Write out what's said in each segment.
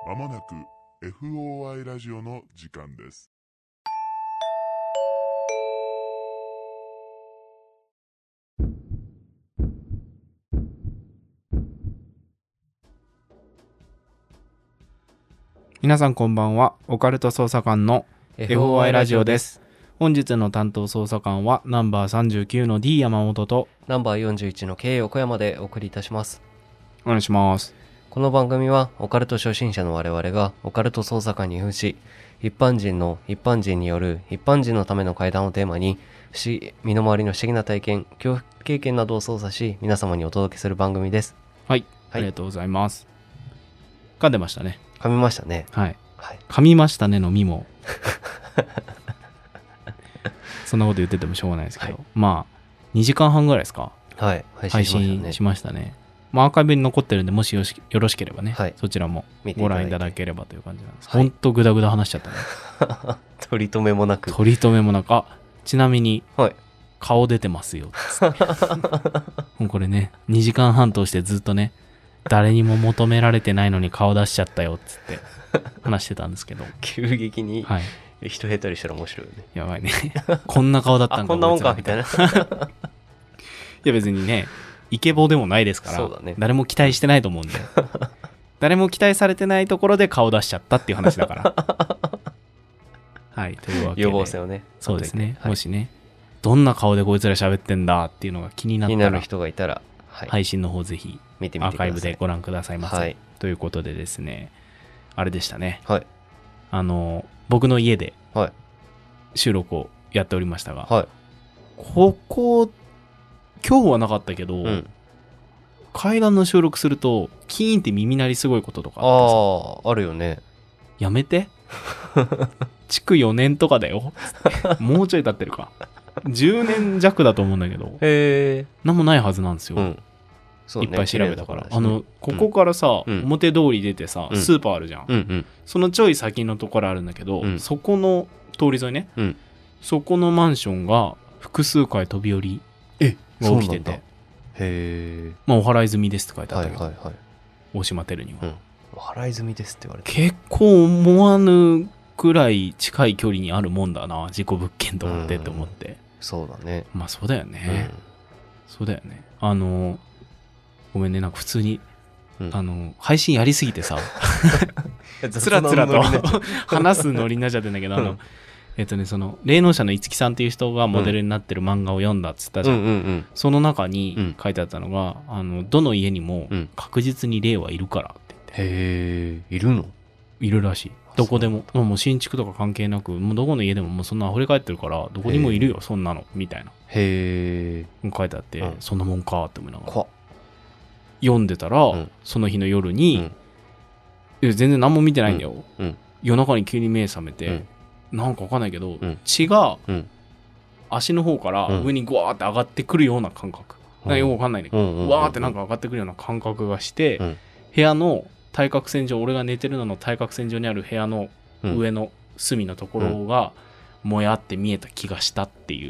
まもなく FOI ラジオの時間です。 皆さんこんばんは。オカルト捜査官の FOI ラジオです。本日の担当捜査官はナンバー39の D 山本とナンバー41の K 横山でお送りいたします。 お願いします。 この番組はオカルト初心者の我々がオカルト捜査官に扮し、一般人の一般人による一般人のための怪談をテーマに身の回りの不思議な体験、恐怖経験などを操作し皆様にお届けする番組です。 はい、ありがとうございます。噛んでましたね。 噛みましたね。 はい、噛みましたねのみもそんなこと言っててもしょうがないですけど、まあ2時間半ぐらいですか。 はい、 配信しましたね。まあ、アーカイブに残ってるんで、もしよろしければね、そちらもご覧いただければという感じなんです。ほんとグダグダ話しちゃったね取り留めもなく。 ちなみに、顔出てますよもうこれね、2時間半通してずっとね、誰にも求められてないのに顔出しちゃったよっつって話してたんですけど急激に人減ったりしたら面白いよね。 やばいねこんな顔だったんかこんなもんかみたいないや別にね、イケボでもないですから、そうだね、誰も期待してないと思うんで誰も期待されてないところで顔出しちゃったっていう話だからはい、というわけで予防線をね。 そうですね、もしね、どんな顔でこいつら喋ってんだっていうのが気になる人がいたら、配信の方ぜひ見てみてください。 アーカイブでご覧くださいませ、ということでですね、あれでしたね、僕の家で収録をやっておりましたが、今日はなかったけど、階段の収録するとキーンって耳鳴りすごいこととかあるよね。 やめて築4年とかだよもうちょい経ってるか10年弱だと思うんだけど、なんもないはずなんですよ、いっぱい調べたから、ここからさ、表通り出てさ、スーパーあるじゃん、そのちょい先のところあるんだけど、そこの通り沿いね、そこのマンションが複数回飛び降りが起きてて、まあお払い済みですって書いてあったけど、大島テルには、 お払い済みですって言われて、 結構思わぬくらい近い距離にあるもんだな、事故物件と思ってって思って、 そうだね。 まあそうだよね、そうだよね。ごめんね、なんか普通に配信やりすぎてさつらつらと話すノリになっちゃってんだけど、その霊能者の五木さんっていう人がモデルになってる漫画を読んだっつったじゃん、その中に書いてあったのが、どの家にも確実に霊はいるからって言って。 いるの？ いるらしい。どこでも、もう新築とか関係なく、もうどこの家でももうそんな溢れ返ってるから、どこにもいるよそんなのみたいな書いてあって、そんなもんかって思いながら読んでたら、その日の夜に、全然何も見てないんだよ、夜中に急に目覚めて、なんかわかんないけど、血が足の方から上にグワーって上がってくるような感覚、よくわかんないんだけど、わーってなんか上がってくるような感覚がして、部屋の対角線上、俺が寝てるのの対角線上にある部屋の上の隅のところがもやって見えた気がしたっていう、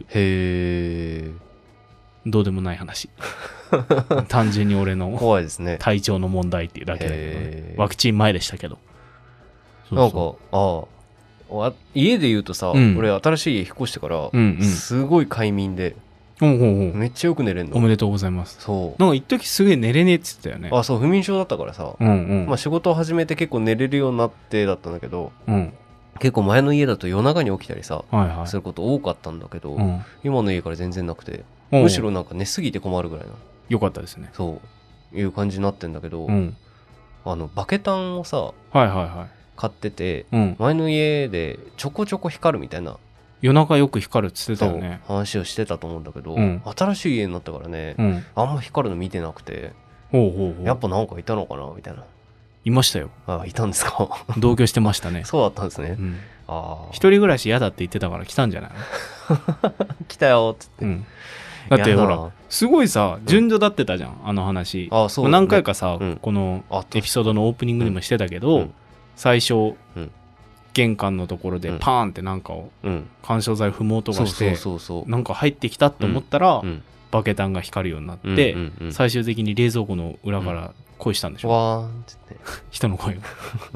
どうでもない話単純に俺の怖いですね、 体調の問題っていうだけだけどね、ワクチン前でしたけど。 なんか家で言うとさ、俺新しい家引っ越してから、すごい快眠で、めっちゃよく寝れんの。 おめでとうございます。そうなんか一時すげえ寝れねえって言ってたよね。 そう、不眠症だったからさ、まあ仕事を始めて結構寝れるようになってだったんだけど、結構前の家だと夜中に起きたりさ、すること多かったんだけど、今の家から全然なくて、むしろなんか寝すぎて困るぐらいな。 よかったですね。 そういう感じになってんだけど、バケタンをさ、買ってて、前の家でちょこちょこ光るみたいな、 夜中よく光るって言ってたよね、 話をしてたと思うんだけど、新しい家になったからね、あんま光るの見てなくて、やっぱなんかいたのかなみたいな。 いましたよ。 いたんですか同居してましたね。 そうだったんですね、 一人暮らし嫌だって言ってたから来たんじゃないの来たよっつって、 だってほらすごいさ順序立ってたじゃん、あの話。そう、何回かさ、このエピソードのオープニングでもしてたけど、最初、玄関のところでパーンってなんかを緩衝材踏む音がして、なんか入ってきたと思ったら、バケタンが光るようになって、最終的に冷蔵庫の裏から声したんでしょ、 わーんって人の声が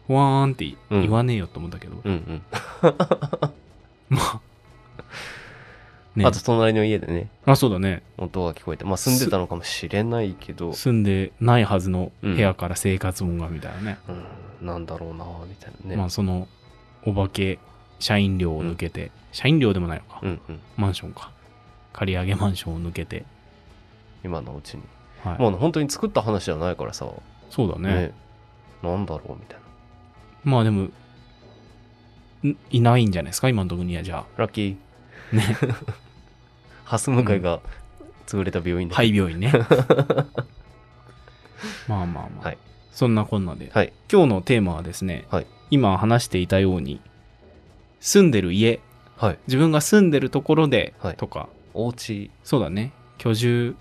ふわーんって言わねえよと思ったけど、 うんうん。 まあね、 あと隣の家でね、 あ、そうだね、 音が聞こえて、まあ住んでたのかもしれないけど、 住んでないはずの部屋から生活音がみたいなね、 なんだろうなみたいなね。 まあそのお化け社員寮を抜けて、社員寮でもないのか、マンションか、借り上げマンションを抜けて今のうちに、 はい、 もう本当に作った話じゃないからさ。 そうだね、 なんだろうみたいな。 まあでもいないんじゃないですか今のところには。じゃあラッキーねハス向かいが潰れた病院で、 廃病院ねまあまあまあ、はい、そんなこんなで、はい、今日のテーマはですね、はい、今話していたように住んでる家、はい、自分が住んでるところで、はい、とかお家、 そうだね、居住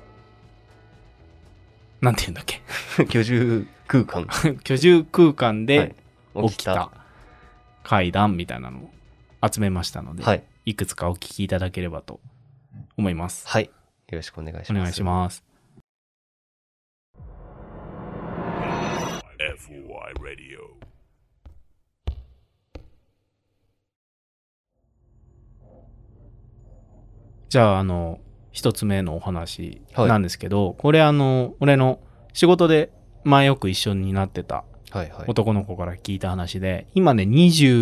なんて言うんだっけ居住空間居住空間で起きた怪談みたいなのを集めましたので、はい、いくつかお聞きいただければと思います。 はい、よろしくお願いします。 お願いします。 FOI Radio。 じゃあ一つ目のお話なんですけど、はい、これ俺の仕事で前よく一緒になってた男の子から聞いた話で、今ね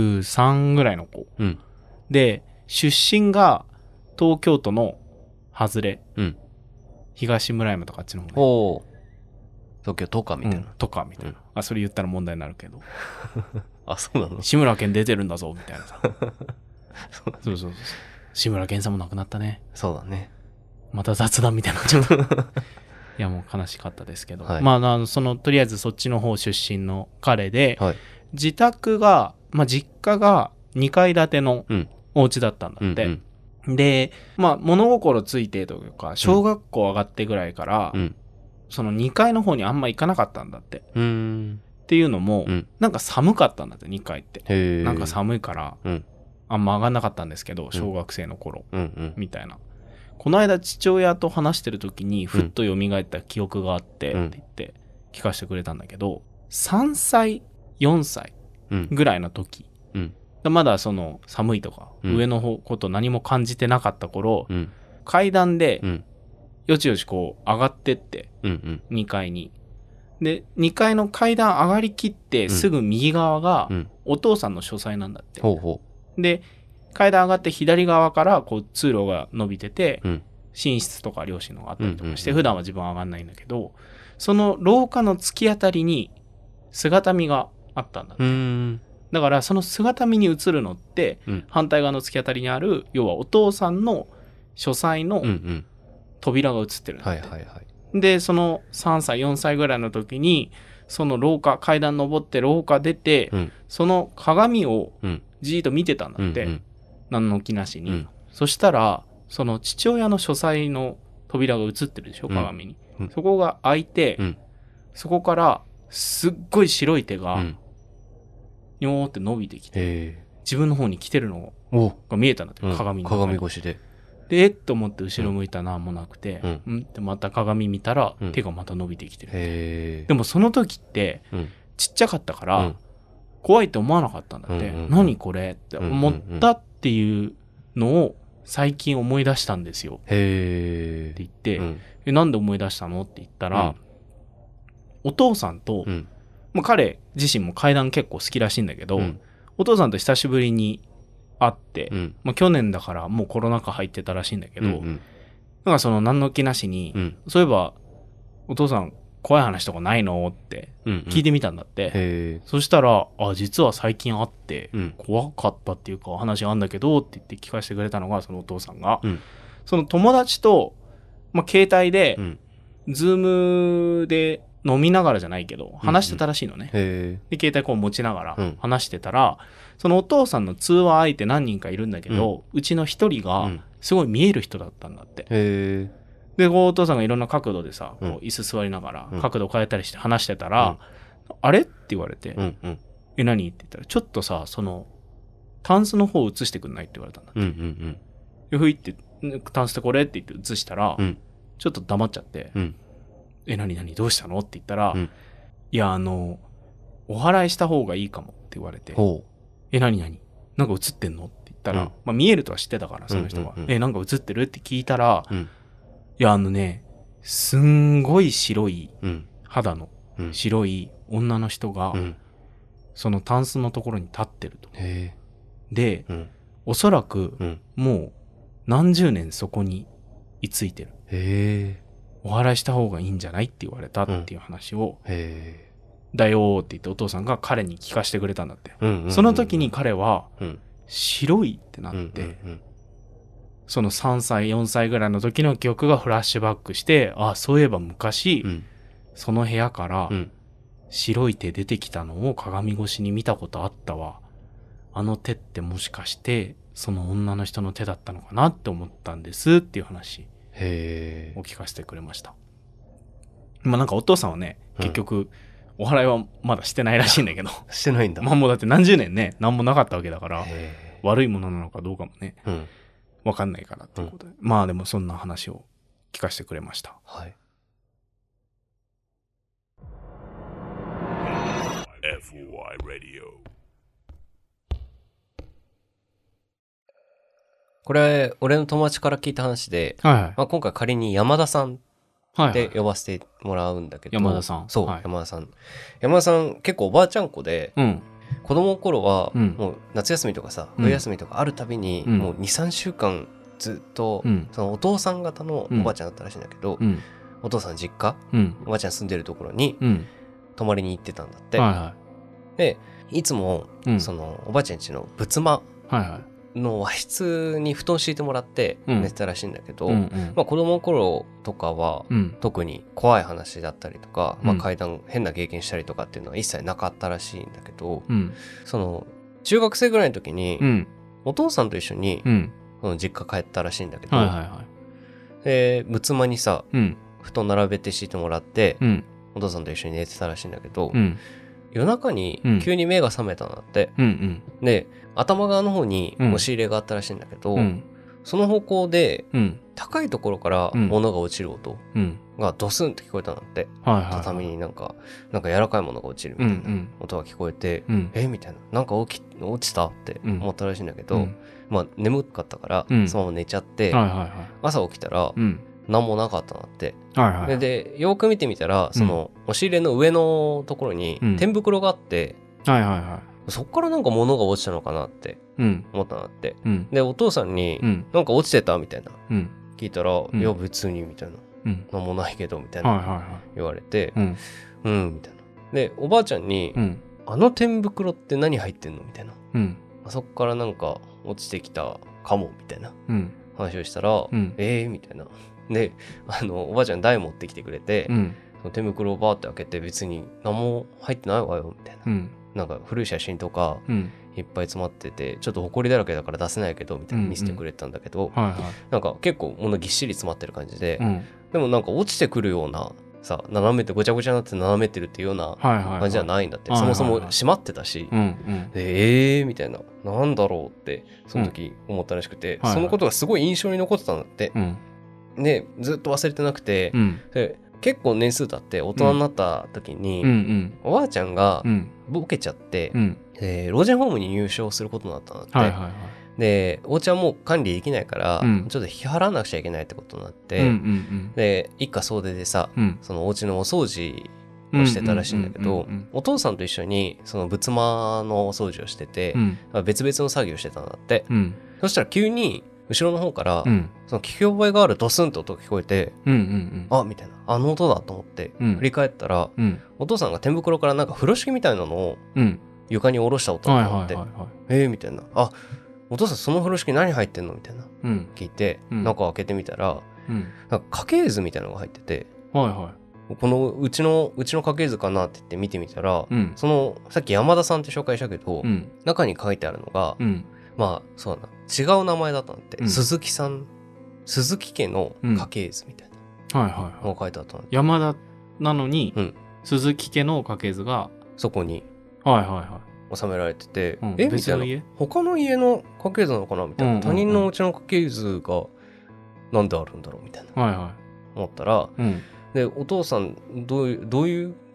23ぐらいの子、うん、で出身が東京都の外れ、うん、東村山とかあっちの方ね。 東京都かみたいな、 都かみたいな、あ、それ言ったら問題になるけどあ、そうなの。 志村けん出てるんだぞみたいなさそうそう志村けんさんも亡くなったね。 そうだね。 また雑談みたいになっちゃったいやもう悲しかったですけど、はい、まあとりあえずそっちの方出身の彼で、はい、自宅が、まあ、実家が2階建てのお家だったんだって、うんうん、でまあ物心ついてというか小学校上がってぐらいから、うん、その2階の方にあんま行かなかったんだって、っていうのも、うん、なんか寒かったんだって2階って。なんか寒いから、うん、あんま上がんなかったんですけど小学生の頃、うん、みたいな。この間父親と話してる時にふっと蘇った記憶があってって言って聞かせてくれたんだけど、3歳4歳ぐらいの時、まだその寒いとか上のこと何も感じてなかった頃、階段でよちよちこう上がってって2階に、で2階の階段上がりきってすぐ右側がお父さんの書斎なんだって。で階段上がって左側からこう通路が伸びてて、寝室とか両親のがあったりとかして、普段は自分は上がんないんだけど、その廊下の突き当たりに姿見があったんだって。だからその姿見に映るのって、反対側の突き当たりにある要はお父さんの書斎の扉が映ってるんだって。でその3歳4歳ぐらいの時にその廊下階段登って廊下出て、その鏡をじーっと見てたんだって、何の気なしに、そしたらその父親の書斎の扉が映ってるでしょ鏡に、そこが開いて、そこからすっごい白い手がニョーって伸びてきて、自分の方に来てるのが見えたんだって、鏡の鏡越しで。 でと思って後ろ向いたら何もなくて、でまた鏡見たら手がまた伸びてきてる、でもその時ってちっちゃかったから、怖いって思わなかったんだって、何これって思ったっていうのを最近思い出したんですよって言って、なんで思い出したのって言ったら、お父さんと、まあ、彼自身も階段結構好きらしいんだけど、お父さんと久しぶりに会って、まあ、去年だからもうコロナ禍入ってたらしいんだけど、なんかその何の気なしに、そういえばお父さん怖い話とかないのって聞いてみたんだって、そしたら実は最近会って、怖かったっていうか話あんだけどって言って聞かせてくれたのが、そのお父さんが、その友達と、まあ、携帯で、ズームで飲みながらじゃないけど話してたらしいのね、で携帯こう持ちながら話してたら、そのお父さんの通話相手何人かいるんだけど、うちの一人がすごい見える人だったんだって、でこうお父さんがいろんな角度でさ、こう椅子座りながら角度変えたりして話してたら、あれって言われて、何って言ったら、ちょっとさそのタンスの方映してくんないって言われたんだって、でふいってタンスってこれって言って映したら、ちょっと黙っちゃって、何どうしたのって言ったら、いやお祓いした方がいいかもって言われて、何々なんか映ってんのって言ったら、まあ見えるとは知ってたから、その人は。なんか映ってるって聞いたら、いや、すんごい白い、肌の白い女の人が、そのタンスのところに立ってると。で、おそらく、もう何十年そこに居ついてる。お祓いした方がいいんじゃないって言われたっていう話を、だよーって言ってお父さんが彼に聞かせてくれたんだって。その時に彼は、白いってなって、その3歳、4歳ぐらいの時の記憶がフラッシュバックして、あ、そういえば昔、その部屋から、白い手出てきたのを鏡越しに見たことあったわ。あの手ってもしかして、その女の人の手だったのかなって思ったんですっていう話を聞かせてくれました。まあなんかお父さんはね、結局、お祓いはまだしてないらしいんだけど。 してないんだ。 まあもうだって何十年ね、何もなかったわけだから、悪いものなのかどうかもね、わかんないからっていうことで。まあでもそんな話を聞かせてくれました。 はい。 FOI Radio。 これ、俺の友達から聞いた話で、まあ、今回仮に山田さんって呼ばせてもらうんだけど、 山田さん。 そう、山田さん。山田さん結構おばあちゃん子で、子供の頃は、もう夏休みとかさ、冬休みとかあるたびに、もう2、3週間ずっと、そのお父さん方のおばあちゃんだったらしいんだけど、お父さん実家、おばあちゃん住んでるところに、泊まりに行ってたんだって。で、いつも、そのおばあちゃん家の仏間の和室に布団敷いてもらって寝てたらしいんだけど、まあ子供の頃とかは、特に怖い話だったりとか、まあ階段変な経験したりとかっていうのは一切なかったらしいんだけど、その中学生ぐらいの時に、お父さんと一緒に、その実家帰ったらしいんだけど、で仏間にさ、布団並べて敷いてもらって、お父さんと一緒に寝てたらしいんだけど、夜中に急に目が覚めたんだって、で頭側の方に押し入れがあったらしいんだけど、その方向で高いところから物が落ちる音がドスンって聞こえたんだって、畳になんか柔らかいものが落ちるみたいな音が聞こえて、みたいな、なんか落ちたって思ったらしいんだけど、まあ眠かったからそのまま寝ちゃって、朝起きたら何もなかったんだって、でよく見てみたら、その押し入れの上のところに天袋があって、そっからなんか物が落ちたのかなって思ったんだって、でお父さんに、なんか落ちてたみたいな、聞いたら、いや別にみたいな、なんもないけどみたいな言われて、みたいな。でおばあちゃんに、あの天袋って何入ってんのみたいな、そっからなんか落ちてきたかもみたいな話をしたら、みたいな。でおばあちゃん台持ってきてくれて、その手袋をバーって開けて、別に何も入ってないわよみたいな、なんか古い写真とかいっぱい詰まってて、ちょっと埃だらけだから出せないけどみたいな見せてくれたんだけど、なんか結構物ぎっしり詰まってる感じで、でもなんか落ちてくるようなさ、斜めってごちゃごちゃになって斜めってるっていうような感じじゃないんだって、そもそも閉まってたし、でみたいな、なんだろうってその時思ったらしくて、そのことがすごい印象に残ってたんだって、でずっと忘れてなくて、で結構年数経って大人になった時に、おばあちゃんがボケちゃって、老人ホームに入所することになったんだって、でお家はもう管理できないから、ちょっと引き払わなくちゃいけないってことになって、で一家総出でさ、そのお家のお掃除をしてたらしいんだけど、お父さんと一緒にその仏間のお掃除をしてて、別々の作業してたんだって、そしたら急に後ろの方から、その聞き覚えがあるドスンと音が聞こえて、あみたいな、あの音だと思って振り返ったら、お父さんが天袋からなんか風呂敷みたいなのを床に下ろした音だと思って、みたいな、あお父さんその風呂敷何入ってんのみたいな、聞いて中開けてみたら、なんか家系図みたいなのが入ってて、このうちの家系図かなって言って見てみたら、そのさっき山田さんって紹介したけど、中に書いてあるのが、まあそうだな、違う名前だったんだって、鈴木さん、鈴木家の家系図みたいなのが書いてあったんだって、 山田なのに、鈴木家の家系図がそこに収められてて、みたいな、他の家の家系図なのかなみたいな、他人のうちの家系図がなんであるんだろうみたいな、思ったら、でお父さんどういう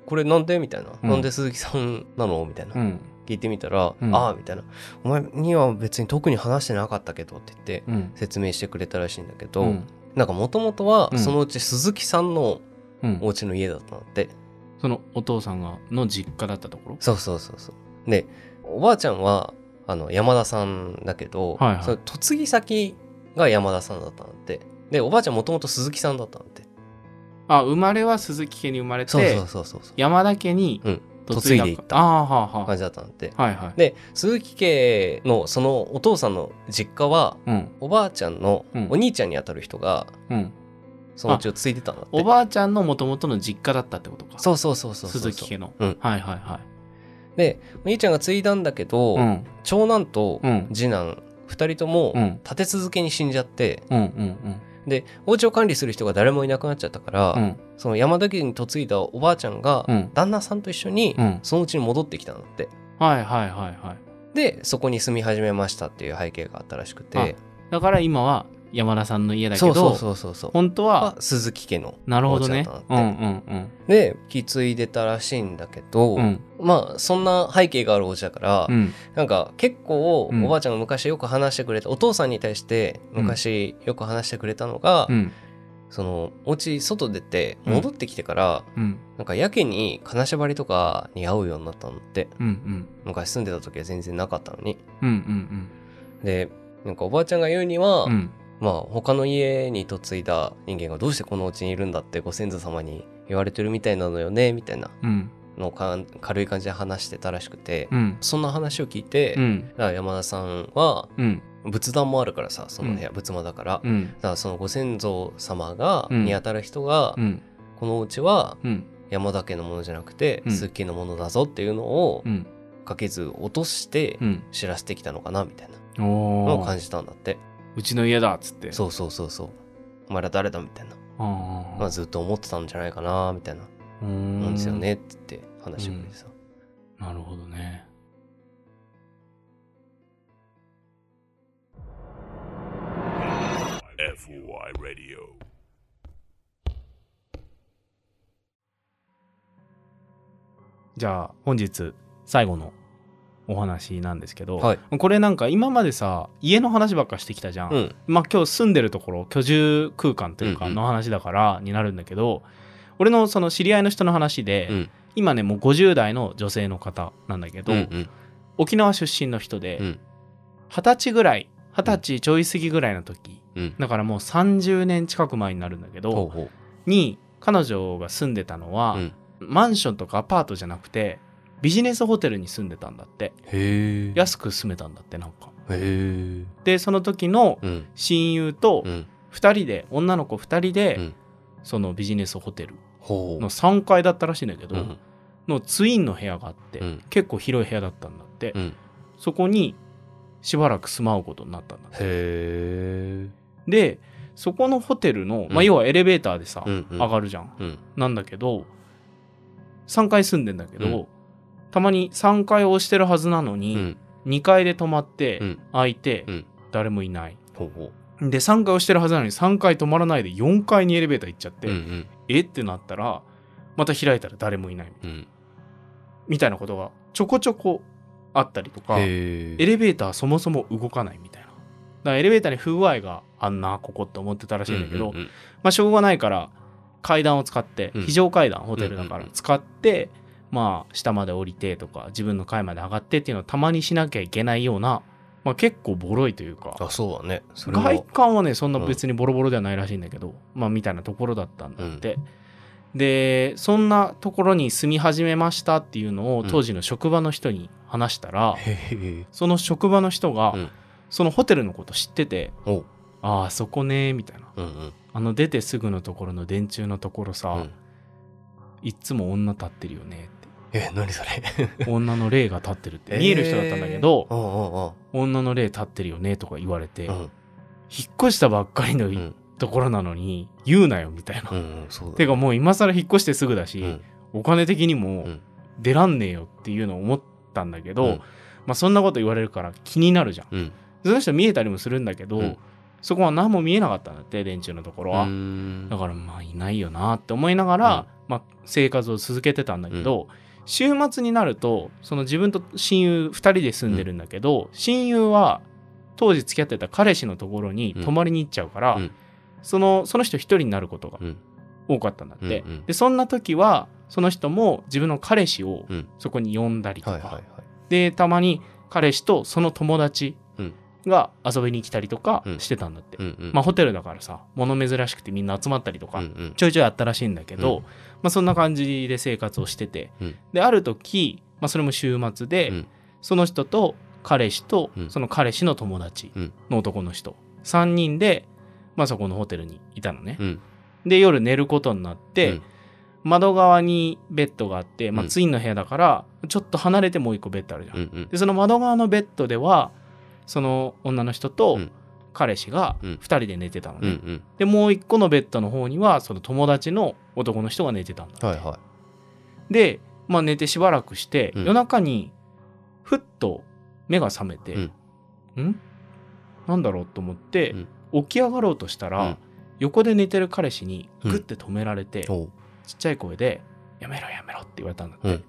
これなんでみたいな、 うんなんで鈴木さんなのみたいな、 うん聞いてみたら、 うんああみたいな、お前には別に特に話してなかったけどって言ってうん説明してくれたらしいんだけど、 うんなんかもともとはうんそのうち鈴木さんのうんお家の家だったんだって、 そのお父さんがの実家だったところ。 そうそうそうそう。でおばあちゃんは山田さんだけど、 はいはいその嫁ぎ先が山田さんだったんだって。でおばあちゃんもともと鈴木さんだったんだって。 あ、生まれは鈴木家に生まれて、 そうそうそうそうそう、 山田家にうん、 嫁いだ嫁いでいったああ、はあは感じだったんだって。 あ。はいはい。 で鈴木家のそのお父さんの実家はうんおばあちゃんのうんお兄ちゃんにあたる人がうん。 そのうちを継いでたんだって。 おばあちゃんの元々の実家だったってことか。 そうそうそうそうそう。 鈴木家の。 うんはいはいはい。 でお兄ちゃんが継いだんだけど、 うん長男とうん次男2人ともうん立て続けに死んじゃって、 うんうんでお家を管理する人が誰もいなくなっちゃったから、 うんその山田家に嫁いだおばあちゃんがうん旦那さんと一緒にうん。 そのうちに戻ってきたんだって。 はいはいはいはい。 でそこに住み始めましたっていう背景があったらしくて、 だから今は山田さんの家だけど、 そうそうそうそうそう、 本当は、 鈴木家のなるほどね。 お家だったうんんだってうんで引き継いでたらしいんだけど、 うん。 まあそんな背景があるお家だから、 うんなんか結構うんおばあちゃんが昔よく話してくれた、お父さんに対して昔よく話してくれたのが、 うんそのお家外出て戻ってきてから、 うんなんかやけに金縛りとかに合うようになったのって。 うんうん昔住んでた時は全然なかったのに。 うんうんでなんかおばあちゃんが言うには、 うんまあ他の家に嫁いだ人間がどうしてこのお家にいるんだってご先祖様に言われてるみたいなのよねみたいなうんのを軽い感じで話してたらしくて、 うんそんな話を聞いて、 うんだから山田さんはうん仏壇もあるからさ、その部屋、仏間だから、だうんからそのご先祖様が、 うんにあたる人が、 うんこのお家はうん山田家のものじゃなくて、 うん鈴木家のものだぞっていうのをうんかけず落としてうん知らせてきたのかなみたいなおーのを感じたんだって。 うちの家だっつって。 そうそうそうそう、お前ら誰だみたいな、 あまあ、ずっと思ってたんじゃないかなみたいなあ。 なんですよねって言って話してくれてさ、 なるほどね。 FOI Radio。 じゃあ本日最後のお話なんですけど、 はいこれなんか今までさ家の話ばっかしてきたじゃん、 うんまあ今日住んでるところ居住空間というかうんうんの話だからになるんだけど、俺のその知り合いの人の話で、 うん今ねもう50代の女性の方なんだけど、 うんうん沖縄出身の人で、 うん 20歳ぐらい20歳ちょい過ぎぐらいの時、 うんだからもう30年近く前になるんだけど、 ほうほに彼女が住んでたのは、 う、うん、 マンションとかアパートじゃなくてビジネスホテルに住んでたんだって。 へえ安く住めたんだってなんか。 へえでその時のうん親友とうん 2人で、女の子2人で、 うんそのビジネスホテルほうの3階だったらしいんだけど、 うんのツインの部屋があって、 うん結構広い部屋だったんだって、 うんそこにしばらく住まうことになったんだって。 へえでそこのホテルの、 うんまあ、要はエレベーターでさ、 うんうん上がるじゃん。 うんなんだけど3階住んでんだけど、 うんたまに3階を押してるはずなのに、 うん 2階で止まって、 うん開いて、 うん誰もいない。 ほうほで3階押してるはずなのに3階止まらないで4階にエレベーター行っちゃって、 ううんえってなったらまた開いたら誰もいないうんみたいなことがちょこちょこあったりとか、エへえレベーターそもそも動かないみたいな。だからエレベーターに不具合があんなここって思ってたらしいんだけど、 うんうんまあしょうがないから階段を使って、 うん非常階段ホテルだかうんうんうんら使って、まあ下まで降りてとか自分の階まで上がってっていうのをたまにしなきゃいけないような、まあ、結構ボロいというか、 あそうだね、それは外観はねそんな別にボロボロではないらしいんだけど、まあみたいなところだったんだって、でそんなところに住み始めましたっていうのを当時の職場の人に話したら、 へえその職場の人が、 うんそのホテルのこと知ってて、 おうああそこねみたいな、 うん出てすぐのところの電柱のところさ、 うんいっつも女立ってるよねって何それ女の霊が立ってるって見える人だったんだけど、 おうお女の霊立ってるよねとか言われて、 うおううん引っ越したばっかりのうんところなのに言うなよみたいな、 うんそうだてかもう今更引っ越してすぐだし、 うんお金的にもうん出らんねえよっていうのを思ったんだけど、 うんまあそんなこと言われるから気になるじゃん。 うんその人見えたりもするんだけど、 うんそこは何も見えなかったんだって、電柱のところは。だからまあいないよなって思いながら、まあ、生活を続けてたんだけど、週末になるとその自分と親友2人で住んでるんだけど、親友は当時付き合ってた彼氏のところに泊まりに行っちゃうから、その人一人になることが多かったんだって、でそんな時はその人も自分の彼氏をそこに呼んだりとか、でたまに彼氏とその友達が遊びに来たりとかしてたんだって、まあホテルだからさ物珍しくてみんな集まったりとかちょいちょいあったらしいんだけど、まあそんな感じで生活をしてて、である時、まあ、それも週末で、その人と彼氏とその彼氏の友達の男の人3人で、まあ、そこのホテルにいたのね、で夜寝ることになって、窓側にベッドがあって、まあ、ツインの部屋だからちょっと離れてもう一個ベッドあるじゃん、でその窓側のベッドではその女の人と彼氏が2人で寝てたのね、でもう一個のベッドの方にはその友達の男の人が寝てたんだって、で、まあ、寝てしばらくして、夜中にふっと目が覚めて、なんだろうと思って、起き上がろうとしたら、横で寝てる彼氏にグッて止められて、ちっちゃい声でやめろやめろって言われたんだって、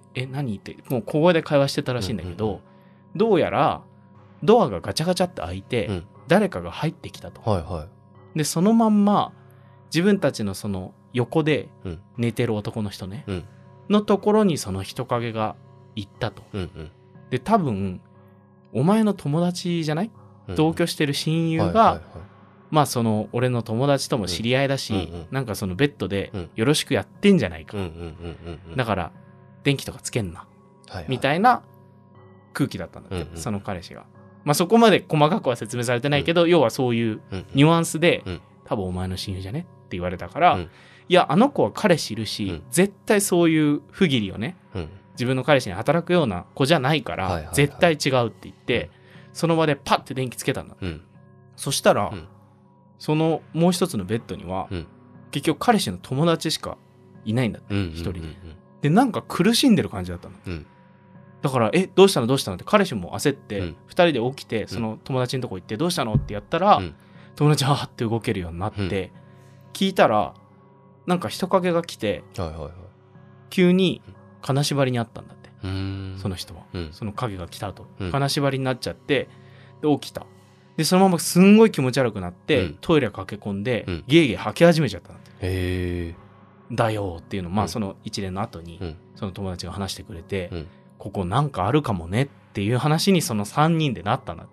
で何ってもう小声で会話してたらしいんだけど、どうやらドアがガチャガチャって開いて、誰かが入ってきたと、でそのまんま自分たちのその横で寝てる男の人ね、のところにその人影が行ったと、で多分お前の友達じゃない、同居してる親友が、まあその俺の友達とも知り合いだし、なんかそのベッドでよろしくやってんじゃないか、だから電気とかつけんな、みたいな空気だったんだって、その彼氏が。まあそこまで細かくは説明されてないけど、要はそういうニュアンスで、多分お前の親友じゃねって言われたから、いやあの子は彼氏いるし、絶対そういう不義理をね、自分の彼氏に働くような子じゃないから、絶対違うって言って、その場でパッて電気つけたんだって、そしたら、そのもう一つのベッドには、結局彼氏の友達しかいないんだって、一人で。でなんか苦しんでる感じだったの、だからどうしたのどうしたのって彼氏も焦って、2人で起きてその友達のとこ行って、どうしたのってやったら、友達はーって動けるようになって、聞いたらなんか人影が来て、急に金縛りにあったんだって、その人は、その影が来た後、金縛りになっちゃって、で起きた。でそのまますんごい気持ち悪くなって、トイレ駆け込んで、ゲーゲー吐き始めちゃったんだって。だよっていうのを、まあその一連の後に、その友達が話してくれて、ここなんかあるかもねっていう話にその3人でなったんだって。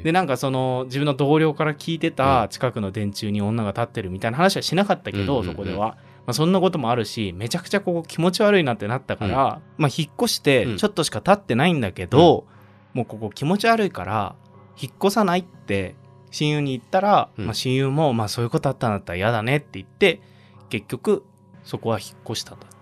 でなんかその自分の同僚から聞いてた近くの電柱に女が立ってるみたいな話はしなかったけど、そこでは、まあ、そんなこともあるし、めちゃくちゃここ気持ち悪いなってなったから、まあ引っ越してちょっとしか経ってないんだけど、もうここ気持ち悪いから引っ越さないって親友に言ったら、まあ、親友もまあそういうことあったんだったら嫌だねって言って、結局そこは引っ越したんだって。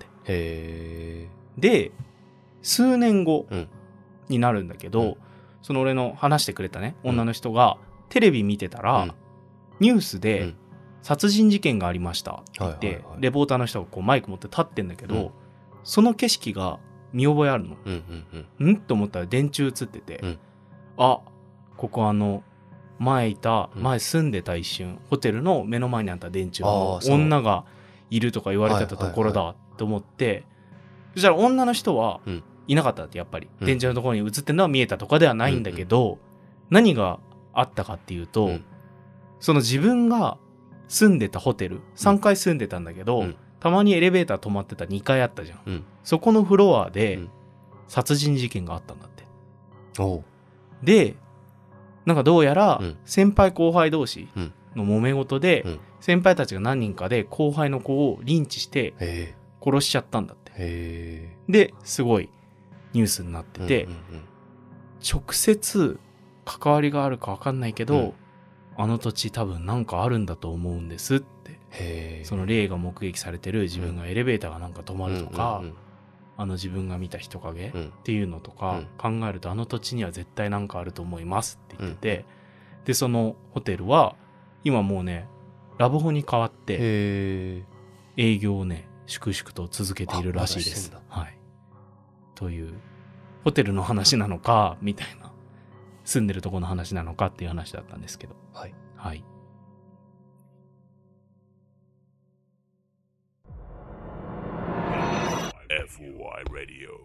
で数年後になるんだけど、その俺の話してくれたね女の人がテレビ見てたら、ニュースで殺人事件がありましたって言って、レポーターの人がこうマイク持って立ってんだけど、その景色が見覚えあるの、んと思ったら電柱映ってて、あ、ここ前住んでた一瞬ホテルの目の前にあった電柱の女がいるとか言われてたところだと思って、そしたら女の人はいなかったって、やっぱり電柱のところに映ってるのは見えたとかではないんだけど、何があったかっていうと、その自分が住んでたホテル3階住んでたんだけど、たまにエレベーター止まってた2階あったじゃん、そこのフロアで殺人事件があったんだって。でなんかどうやら先輩後輩同士の揉め事で、先輩たちが何人かで後輩の子をリンチして殺しちゃったんだって。ですごいニュースになってて、直接関わりがあるか分かんないけど、あの土地多分なんかあるんだと思うんですって、その霊が目撃されてる自分がエレベーターがなんか止まるとか、自分が見た人影っていうのとか考えると、あの土地には絶対なんかあると思いますって言ってて、でそのホテルは今もうねラブホに変わって営業をね粛々と続けているらしいです。はい、というホテルの話なのかみたいな。 住んでるとこの話なのかっていう話だったんですけど。 はい。 はい。 FOI Radio。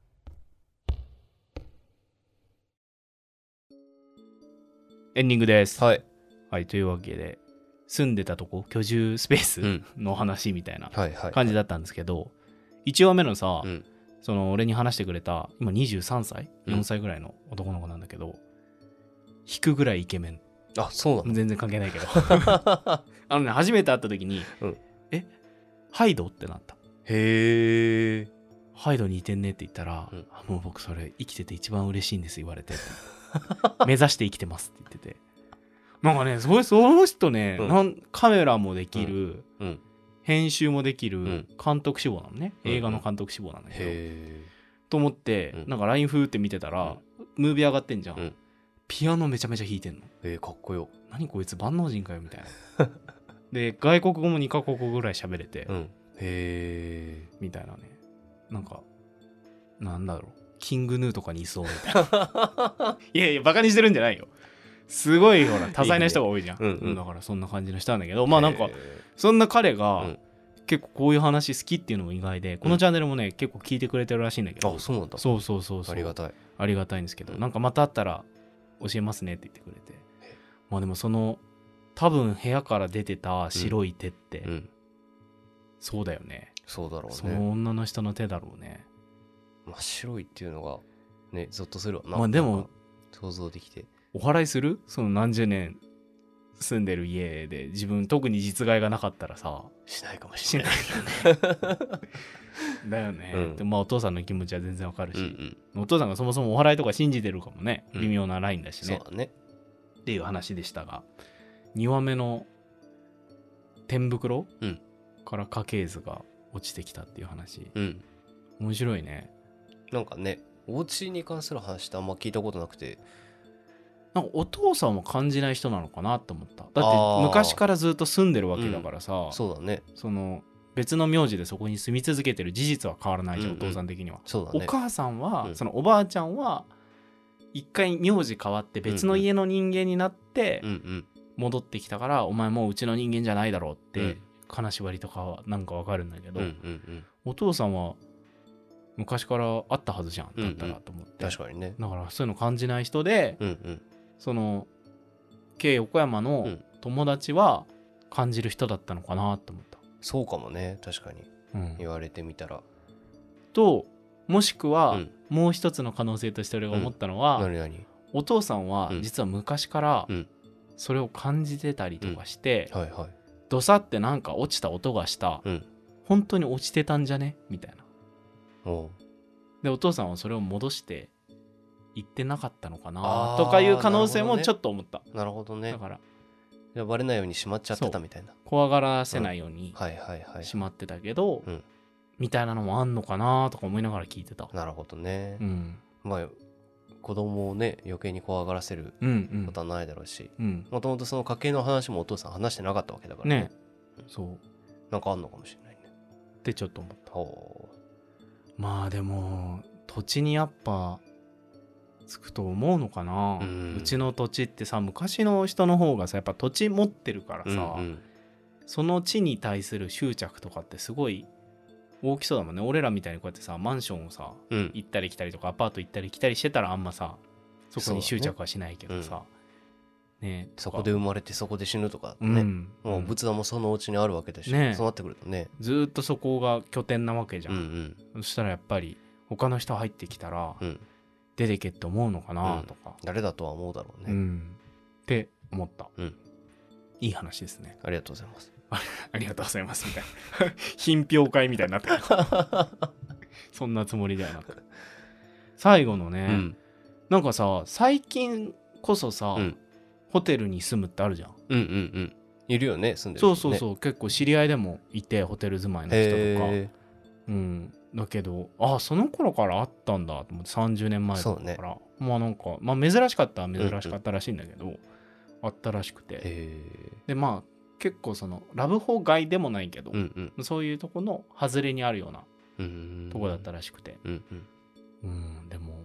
エンディングです。 はい。 はい、というわけで、住んでたとこ、居住スペースの話みたいな感じだったんですけど、1話目のさ、その俺に話してくれた、今23歳 ?4 歳ぐらいの男の子なんだけど、引くぐらいイケメン。 あ、そうなの？ 全然関係ないけど。初めて会った時に、ハイドってなった。 へー。 ハイドに似てんねって言ったら、もう僕それ生きてて一番嬉しいんです言われて。目指して生きてますって言ってて。なんかね、その人ね、カメラもできる、編集もできる、監督志望なのね。映画の監督志望なんだけど。と思って、なんか LINE 風って見てたら、ムービー上がってんじゃん。ピアノめちゃめちゃ弾いてんの。 かっこよ。 何こいつ万能人かよみたいな。で、外国語も2カ国語ぐらい喋れて、みたいなね。なんか、なんだろう。キングヌーとかにいそうみたいな。いやいや、バカにしてるんじゃないよ。すごいほら多彩な人が多いじゃん。だからそんな感じの人なんだけど、まあなんかそんな彼が結構こういう話好きっていうのも意外で、このチャンネルもね結構聞いてくれてるらしいんだけど。 あ、そうなんだ。 そうありがたい。 ありがたいんですけど、なんかまた会ったら教えますねって言ってくれて、まあでもその多分部屋から出てた白い手って、そうだよね。 そうだろうね。 その女の人の手だろうね。 真っ白いっていうのがね、ゾッとするわな。 まあでも想像できて。 お祓いする？その何十年住んでる家で自分特に実害がなかったらさ、 しないかもしれないよね。だよね。でまあお父さんの気持ちは全然わかるし、お父さんがそもそもお祓いとか信じてるかもね、微妙なラインだしね。 そうだね。 っていう話でしたが、2話目の天袋、から家系図が落ちてきたっていう話、面白いね。 なんかね、お家に関する話ってあんま聞いたことなくて、 なんかお父さんも感じない人なのかなと思った。だって昔からずっと住んでるわけだからさ、 そうだね。 その別の名字でそこに住み続けてる事実は変わらないじゃん、お父さん的には。 そうだね。 お母さんは、そのおばあちゃんは一回名字変わって別の家の人間になって戻ってきたから、お前もううちの人間じゃないだろうって金縛りとかはなんかわかるんだけど、お父さんは昔からあったはずじゃん、だったらと思って。 確かにね。 だからそういうの感じない人で、そのK横山の友達は感じる人だったのかなと思った。 そうかもね、確かに、言われてみたら。 ともしくは、もう一つの可能性として俺が思ったのは、お父さんは実は昔からそれを感じてたりとかして、ドサってなんか落ちた音がした、本当に落ちてたんじゃねみたいな。でお父さんはそれを戻して言ってなかったのかなとかいう可能性もちょっと思った。 なるほどね。 だからバレないようにしまっちゃってたみたいな。 怖がらせないようにしまってたけど、みたいなのもあんのかなとか思いながら聞いてた。 なるほどね。まあ子供をね余計に怖がらせることはないだろうし、もともとその家系の話もお父さん話してなかったわけだからね。 そうなんかあんのかもしれないねってちょっと思った。まあでも土地にやっぱつくと思うのかな。うちの土地ってさ、昔の人の方がさやっぱ土地持ってるからさ、その地に対する執着とかってすごい大きそうだもんね。俺らみたいにこうやってさマンションをさ、行ったり来たりとかアパート行ったり来たりしてたらあんまさそこに執着はしないけどさ、ね、 そこで生まれてそこで死ぬとかね、もう仏壇もそのお家にあるわけだし、そうなってくるとね、 ずっとそこが拠点なわけじゃん。そしたらやっぱり他の人入ってきたら、出てけって思うのかなとか、 誰だとは思うだろうね、 って思った、いい話ですね。 ありがとうございます。 ありがとうございますみたいな品評会みたいになってるそんなつもりではなく、最後のね、なんかさ最近こそさ、ホテルに住むってあるじゃん。 いるよね、住んでる人ね。 そう結構知り合いでもいて、ホテル住まいの人とか、だけどその頃からあったんだと思って、30年前だから、まあなんか珍しかったは珍しかったらしいんだけど、あったらしくて、でまあ結構そのラブホ街でもないけど、そういうとこの外れにあるようなとこだったらしくて、でも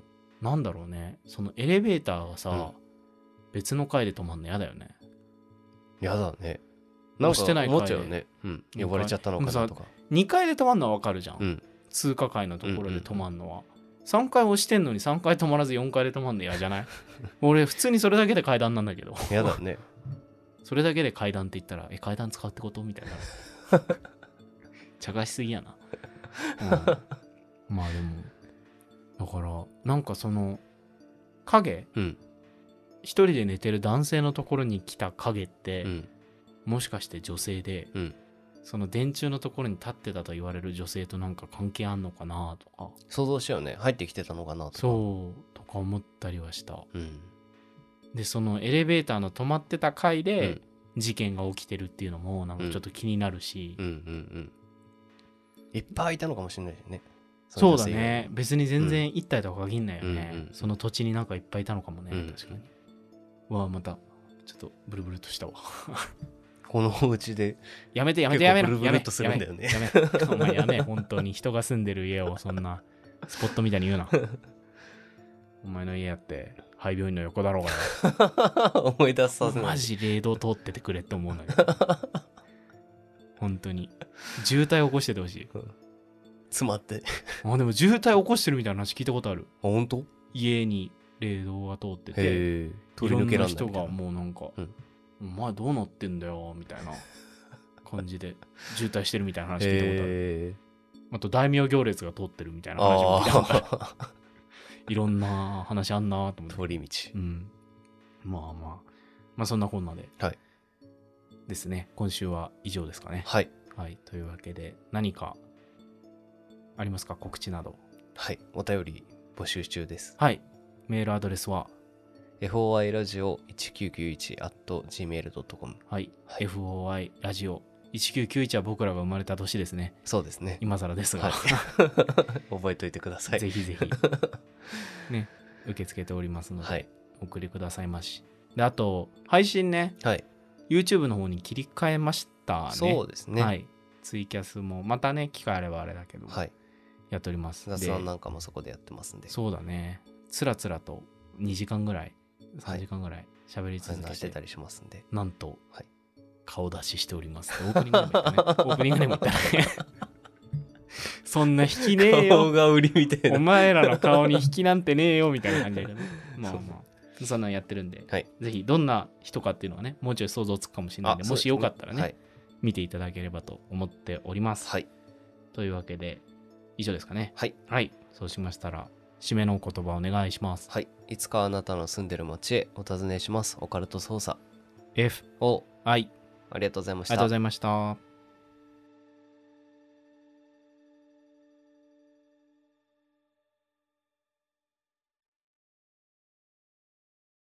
なんだろうね、そのエレベーターがさ、 うん別の階で止まんの嫌だよね。 やだね。なんか押してない階思っちゃうよね。うん。呼ばれちゃったのかなとか。 2階で止まんのはわかるじゃん、 うん。 通過階のところで止まんのは、3階押してんのに3階止まらず4階で止まんの嫌じゃない？俺普通にそれだけで階段なんだけど。 やだね。 それだけで階段って言ったら階段使うってことみたいな。茶化しすぎやな、うん、まあでもだからなんかその影、 うん一人で寝てる男性のところに来た影って、 うん、 もしかして女性で、 うん、 その電柱のところに立ってたと言われる女性となんか関係あんのかなとか想像しちゃうね。入ってきてたのかなとか。 そうとか思ったりはした。 うん、 でそのエレベーターの止まってた階で、 うん事件が起きてるっていうのもなんかちょっと気になるし、 うんうんうん。いっぱいいたのかもしれないよね。 そうだね。別に全然1体とか限んないよね、 うんうんうん、 その土地になんかいっぱいいたのかもね、 うん、 確かに。わあまたちょっとブルブルとしたわ。 このお家でやめてやめてやめろ、 ブルブルっとするんだよね。 やめお前やめ、本当に人が住んでる家をそんなスポットみたいに言うな。お前の家やって廃病院の横だろうがよ。 思い出させない。 マジ霊道通っててくれって思うんだけど。本当に渋滞起こしててほしい。 詰まって。 あでも渋滞起こしてるみたいな話聞いたことある。 あ、本当？ 家に霊道が通ってて、 へえ。取り抜けらんないみたいな。 いろんな人がもうなんか、お前どうなってんだよみたいな感じで渋滞してるみたいな話聞いたことある。あと大名行列が通ってるみたいな話も聞いたことある。いろんな話あんなと思って。 通り道。 うん。まあそんなこんなで。 はい。 ですね。今週は以上ですかね。 はい。 はい。というわけで、何かありますか？告知など。 はい。お便り募集中です。 はい。メールアドレスは foiradio1991@gmail.com。 はい。foi ラジオ1991は僕らが生まれた年ですね。 そうですね。 今更ですが、 はい、覚えておいてください。 ぜひぜひね、受け付けておりますので、はい、お送りくださいまし。で、あと配信ね、 はい、 YouTube の方に切り替えましたね。 そうですね。 はい。ツイキャスもまたね、機会あればあれだけど、 はい、 やっております。 雑談なんかもそこでやってますんで。 そうだね。つらつらと2時間ぐらい、3時間ぐらい喋り続けて、 話してたりしますんで、 なんと、 はい、 顔出ししております。オープニングでも言ったね。オープニングでも言ったね。そんな引きねえよ。 顔が売りみたいな。 お前らの顔に引きなんてねえよみたいな感じだけどね。まあまあ、そんなんやってるんで、 はい、 ぜひどんな人かっていうのはね、もうちょい想像つくかもしれないんで、もしよかったらね、はい、見ていただければと思っております。 はい。 というわけで、以上ですかね。 はい。 はい。そうしましたら、締めのお言葉お願いします。 はい。いつかあなたの住んでる街へお尋ねします。オカルト捜査。 F O I。 ありがとうございました。 ありがとうございました。